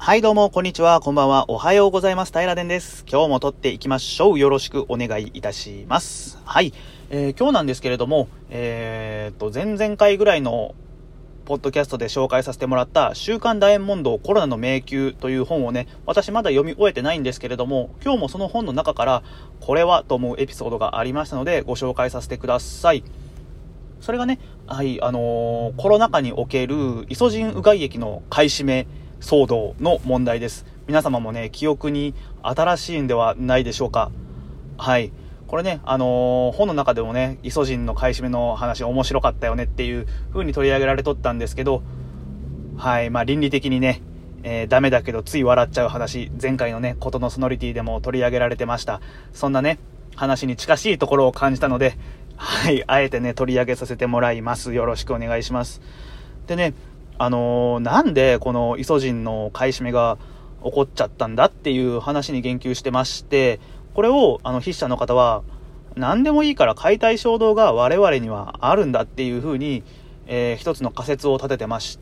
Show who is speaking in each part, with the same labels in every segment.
Speaker 1: はいどうも、こんにちは、こんばんは、おはようございます。平田です。今日も撮っていきましょう。よろしくお願いいたします。はい。今日なんですけれども、前々回ぐらいのポッドキャストで紹介させてもらった週刊楕円問答コロナの迷宮という本をね、私まだ読み終えてないんですけれども、今日もその本の中からこれはと思うエピソードがありましたのでご紹介させてください。それがね、はい、コロナ禍におけるイソジンうがい液の買い占め騒動の問題です。皆様もね、記憶に新しいんではないでしょうか。はい。これね、本の中でもね、イソジンの買い占めの話面白かったよねっていう風に取り上げられとったんですけど、はい、倫理的にね、ダメだけどつい笑っちゃう話、前回のね、ことのソノリティでも取り上げられてました。そんなね、話に近しいところを感じたので、はい、あえてね、取り上げさせてもらいます。よろしくお願いします。でね、なんでこのイソジンの買い占めが起こっちゃったんだっていう話に言及してまして、これを筆者の方は何でもいいから買いたい衝動が我々にはあるんだっていうふうに、一つの仮説を立ててました。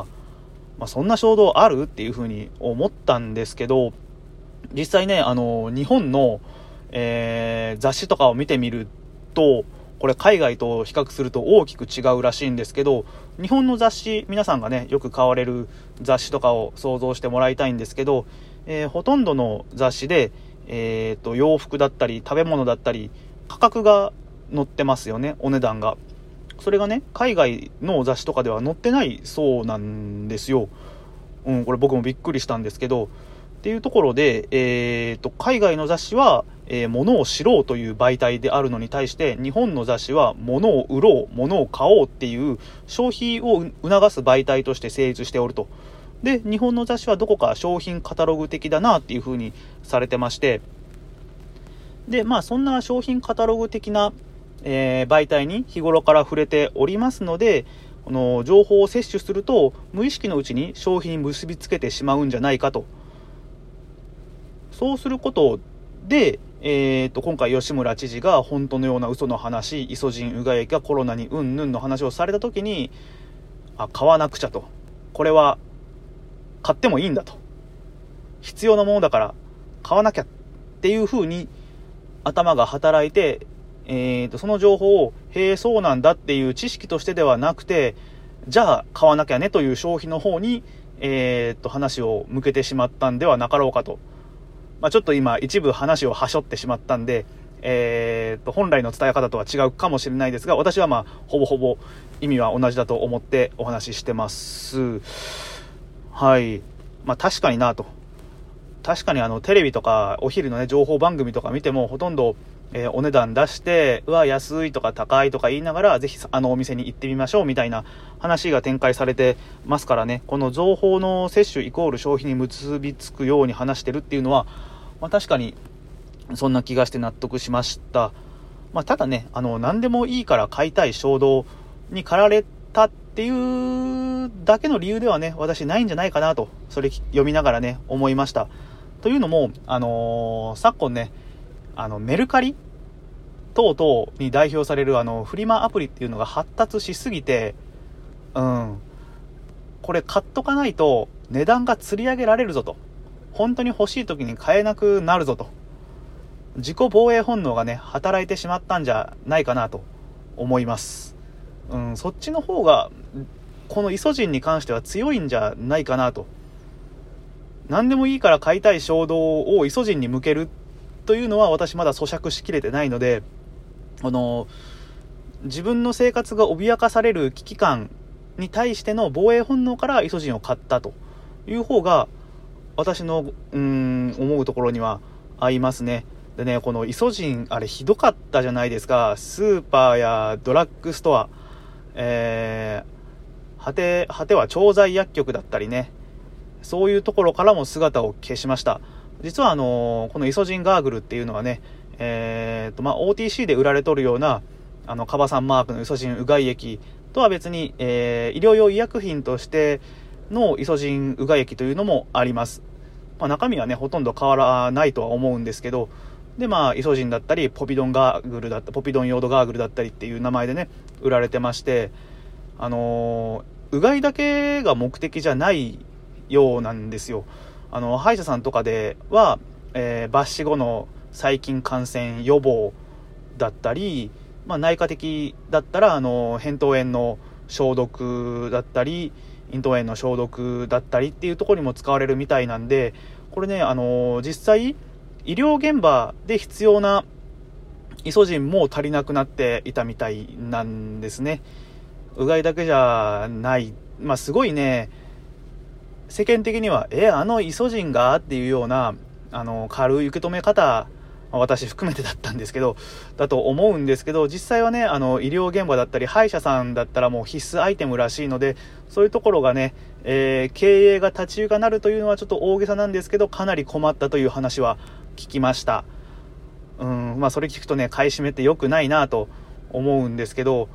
Speaker 1: そんな衝動あるっていうふうに思ったんですけど、実際ね、日本の、雑誌とかを見てみると、これ海外と比較すると大きく違うらしいんですけど、日本の雑誌、皆さんがねよく買われる雑誌とかを想像してもらいたいんですけど、ほとんどの雑誌で、洋服だったり食べ物だったり価格が載ってますよね。お値段が。それがね、海外の雑誌とかでは載ってないそうなんですよ。これ僕もびっくりしたんですけど、っていうところで、海外の雑誌は、物を知ろうという媒体であるのに対して、日本の雑誌は物を売ろう、物を買おうっていう消費を促す媒体として成立しておると。で、日本の雑誌はどこか商品カタログ的だなっていう風にされてまして、で、そんな商品カタログ的な、媒体に日頃から触れておりますので、この情報を摂取すると無意識のうちに消費に結びつけてしまうんじゃないかと。そうすることで、今回吉村知事が本当のような嘘の話、イソジンうがい液がコロナにうんぬんの話をされた時に、買わなくちゃと。これは買ってもいいんだと。必要なものだから買わなきゃっていう風に頭が働いて、その情報をそうなんだっていう知識としてではなくて、じゃあ買わなきゃねという消費の方に、話を向けてしまったんではなかろうかと。ちょっと今一部話をはしょってしまったんで、本来の伝え方とは違うかもしれないですが、私はほぼほぼ意味は同じだと思ってお話ししてます。はい。確かになと。確かにテレビとかお昼のね情報番組とか見てもほとんど、お値段出して安いとか高いとか言いながら、ぜひお店に行ってみましょうみたいな話が展開されてますからね。この情報の摂取イコール消費に結びつくように話してるっていうのは、確かにそんな気がして納得しました。ただね、何でもいいから買いたい衝動に駆られたっていうだけの理由ではね、私ないんじゃないかなと、それ読みながらね思いました。というのも、昨今ね、メルカリ等々に代表されるフリマアプリっていうのが発達しすぎて、これ買っとかないと値段が釣り上げられるぞと。本当に欲しい時に買えなくなるぞと。自己防衛本能がね、働いてしまったんじゃないかなと思います。そっちの方が、このイソジンに関しては強いんじゃないかなと。何でもいいから買いたい衝動をイソジンに向けるというのは私まだ咀嚼しきれてないので、自分の生活が脅かされる危機感に対しての防衛本能からイソジンを買ったという方が私の思うところには合いますね。でね、このイソジンあれひどかったじゃないですか。スーパーやドラッグストア、果ては調剤薬局だったりね、そういうところからも姿を消しました。実はこのイソジンガーグルっていうのはね、OTC で売られとるようなカバ産マークのイソジンうがい液とは別に、医療用医薬品としてのイソジンうがい液というのもあります。中身はねほとんど変わらないとは思うんですけど、でイソジンだったりポピドンヨードガーグルだったりっていう名前でね売られてまして、うがいだけが目的じゃないようなんですよ。 歯医者さんとかでは、抜歯後の細菌感染予防だったり、内科的だったら扁桃炎の消毒だったり咽頭炎の消毒だったりっていうところにも使われるみたいなんで、これね、実際医療現場で必要なイソジンも足りなくなっていたみたいなんですね。うがいだけじゃない、すごいね、世間的にはイソジンがっていうような軽い受け止め方、私含めてだったんですけどだと思うんですけど、実際はね、医療現場だったり歯医者さんだったらもう必須アイテムらしいので、そういうところがね、経営が立ち行かなるというのはちょっと大げさなんですけど、かなり困ったという話は聞きました。それ聞くとね、買い占めって良くないなと思うんですけど、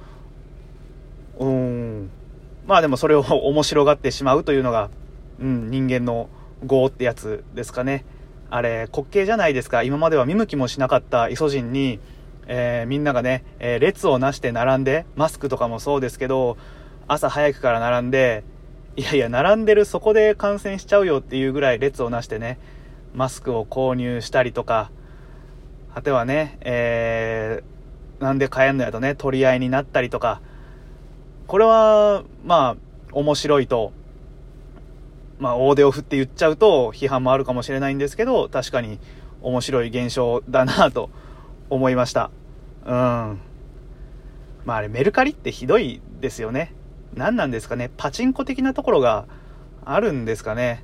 Speaker 1: でもそれを面白がってしまうというのが、人間の業ってやつですかね。あれ滑稽じゃないですか。今までは見向きもしなかったイソジンに、みんながね、列をなして並んで、マスクとかもそうですけど、朝早くから並んで、並んでるそこで感染しちゃうよっていうぐらい列をなしてね、マスクを購入したりとか、果てはね、なんで買えんのやとね、取り合いになったりとか、これは面白いと、大手を振って言っちゃうと批判もあるかもしれないんですけど、確かに面白い現象だなと思いました。あれメルカリってひどいですよね。何なんですかね、パチンコ的なところがあるんですかね。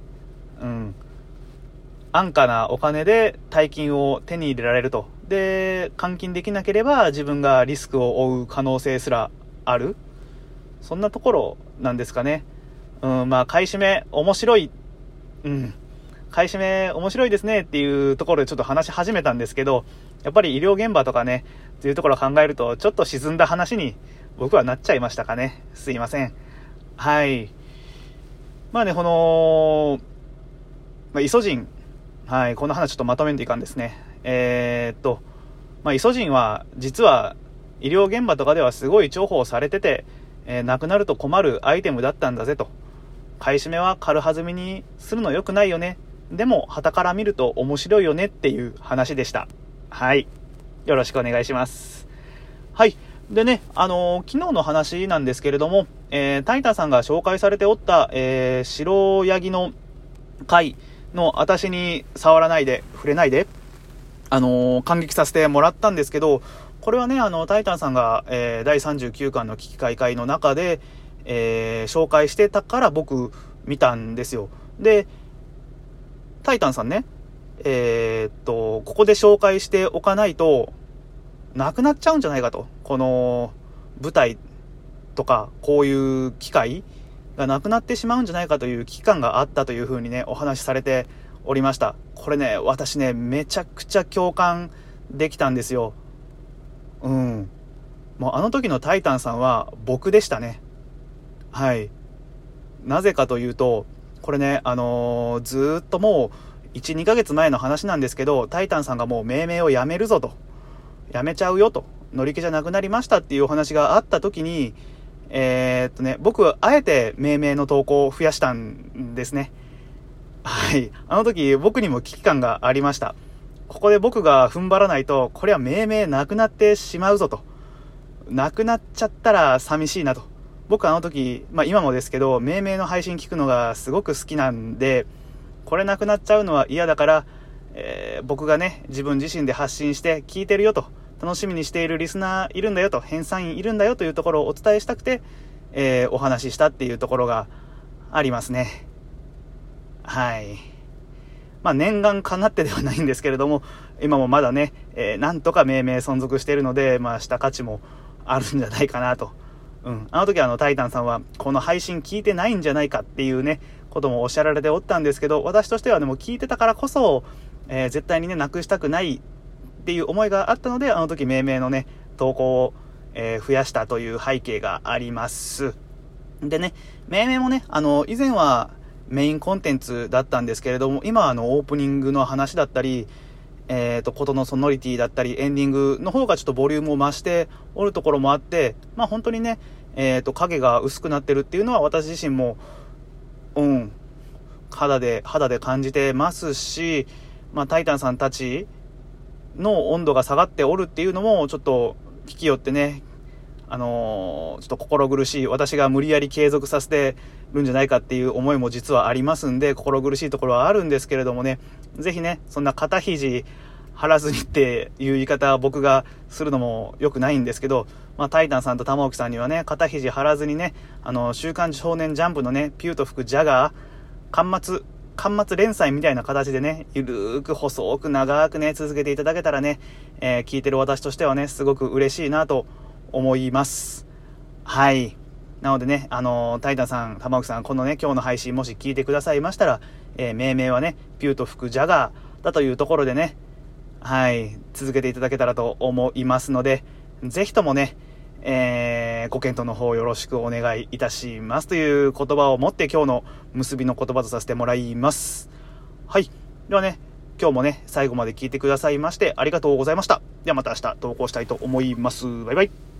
Speaker 1: 安価なお金で大金を手に入れられると。で、換金できなければ自分がリスクを負う可能性すらある。そんなところなんですかね。買い占め面白い。買い占め面白いですねっていうところでちょっと話し始めたんですけど、やっぱり医療現場とかね、っていうところを考えると、ちょっと沈んだ話に僕はなっちゃいましたかね。すいません。はい。イソジン。はい。この話ちょっとまとめんといかんですね。イソジンは、実は医療現場とかではすごい重宝されてて、なくなると困るアイテムだったんだぜと。買い占めは軽はずみにするの良くないよね。でも、傍から見ると面白いよねっていう話でした。はい。よろしくお願いします。はい。でね、昨日の話なんですけれども、タイタさんが紹介されておった、白ヤギの回の私に触らないで、触れないで、感激させてもらったんですけど、これはね、タイタンさんが、第39巻の危機開会の中で、紹介してたから僕見たんですよ。で、タイタンさんね、ここで紹介しておかないとなくなっちゃうんじゃないかと。この舞台とかこういう機会がなくなってしまうんじゃないかという危機感があったというふうにね、お話しされておりました。これね、私ね、めちゃくちゃ共感できたんですよ。もうあの時のタイタンさんは僕でしたね。はい。なぜかというと、これね、ずーっともう1、2ヶ月前の話なんですけど、タイタンさんがもう命名をやめるぞと。やめちゃうよと。乗り気じゃなくなりましたっていうお話があった時に、僕、あえて命名の投稿を増やしたんですね。はい。あの時、僕にも危機感がありました。ここで僕が踏ん張らないと、これは命名なくなってしまうぞと。なくなっちゃったら寂しいなと。僕あの時、今もですけど、命名の配信聞くのがすごく好きなんで、これなくなっちゃうのは嫌だから、僕がね、自分自身で発信して聞いてるよと、楽しみにしているリスナーいるんだよと、編纂員いるんだよというところをお伝えしたくて、お話ししたっていうところがありますね。はい。念願かなってではないんですけれども、今もまだね、なんとか命名存続しているので、した価値もあるんじゃないかなと。あの時タイタンさんはこの配信聞いてないんじゃないかっていうねこともおっしゃられておったんですけど、私としてはでも聞いてたからこそ、絶対にねなくしたくないっていう思いがあったので、あの時命名のね投稿を、増やしたという背景があります。でね、命名もね以前はメインコンテンツだったんですけれども、今はオープニングの話だったり、ことのソノリティだったりエンディングの方がちょっとボリュームを増しておるところもあって、本当にね、影が薄くなってるっていうのは私自身も感肌で感じてますし、タイタンさんたちの温度が下がっておるっていうのもちょっと聞きよってね、ちょっと心苦しい、私が無理やり継続させてるんじゃないかっていう思いも実はありますんで、心苦しいところはあるんですけれどもね、ぜひね、そんな肩肘張らずにっていう言い方は僕がするのも良くないんですけど、タイタンさんと玉置さんにはね、肩肘張らずにね、週刊少年ジャンプのね、ピューと吹くジャガー、巻末連載みたいな形でね、ゆるーく細く長くね、続けていただけたらね、聞いてる私としてはね、すごく嬉しいなと思います。はい。なのでね、タイタンさん、玉置さん、このね、今日の配信もし聞いてくださいましたら、命名はね、ピューと吹くジャガーだというところでね、はい、続けていただけたらと思いますので、ぜひともね、ご検討の方よろしくお願いいたしますという言葉を持って今日の結びの言葉とさせてもらいます。はい。ではね、今日もね、最後まで聞いてくださいましてありがとうございました。ではまた明日投稿したいと思います。バイバイ。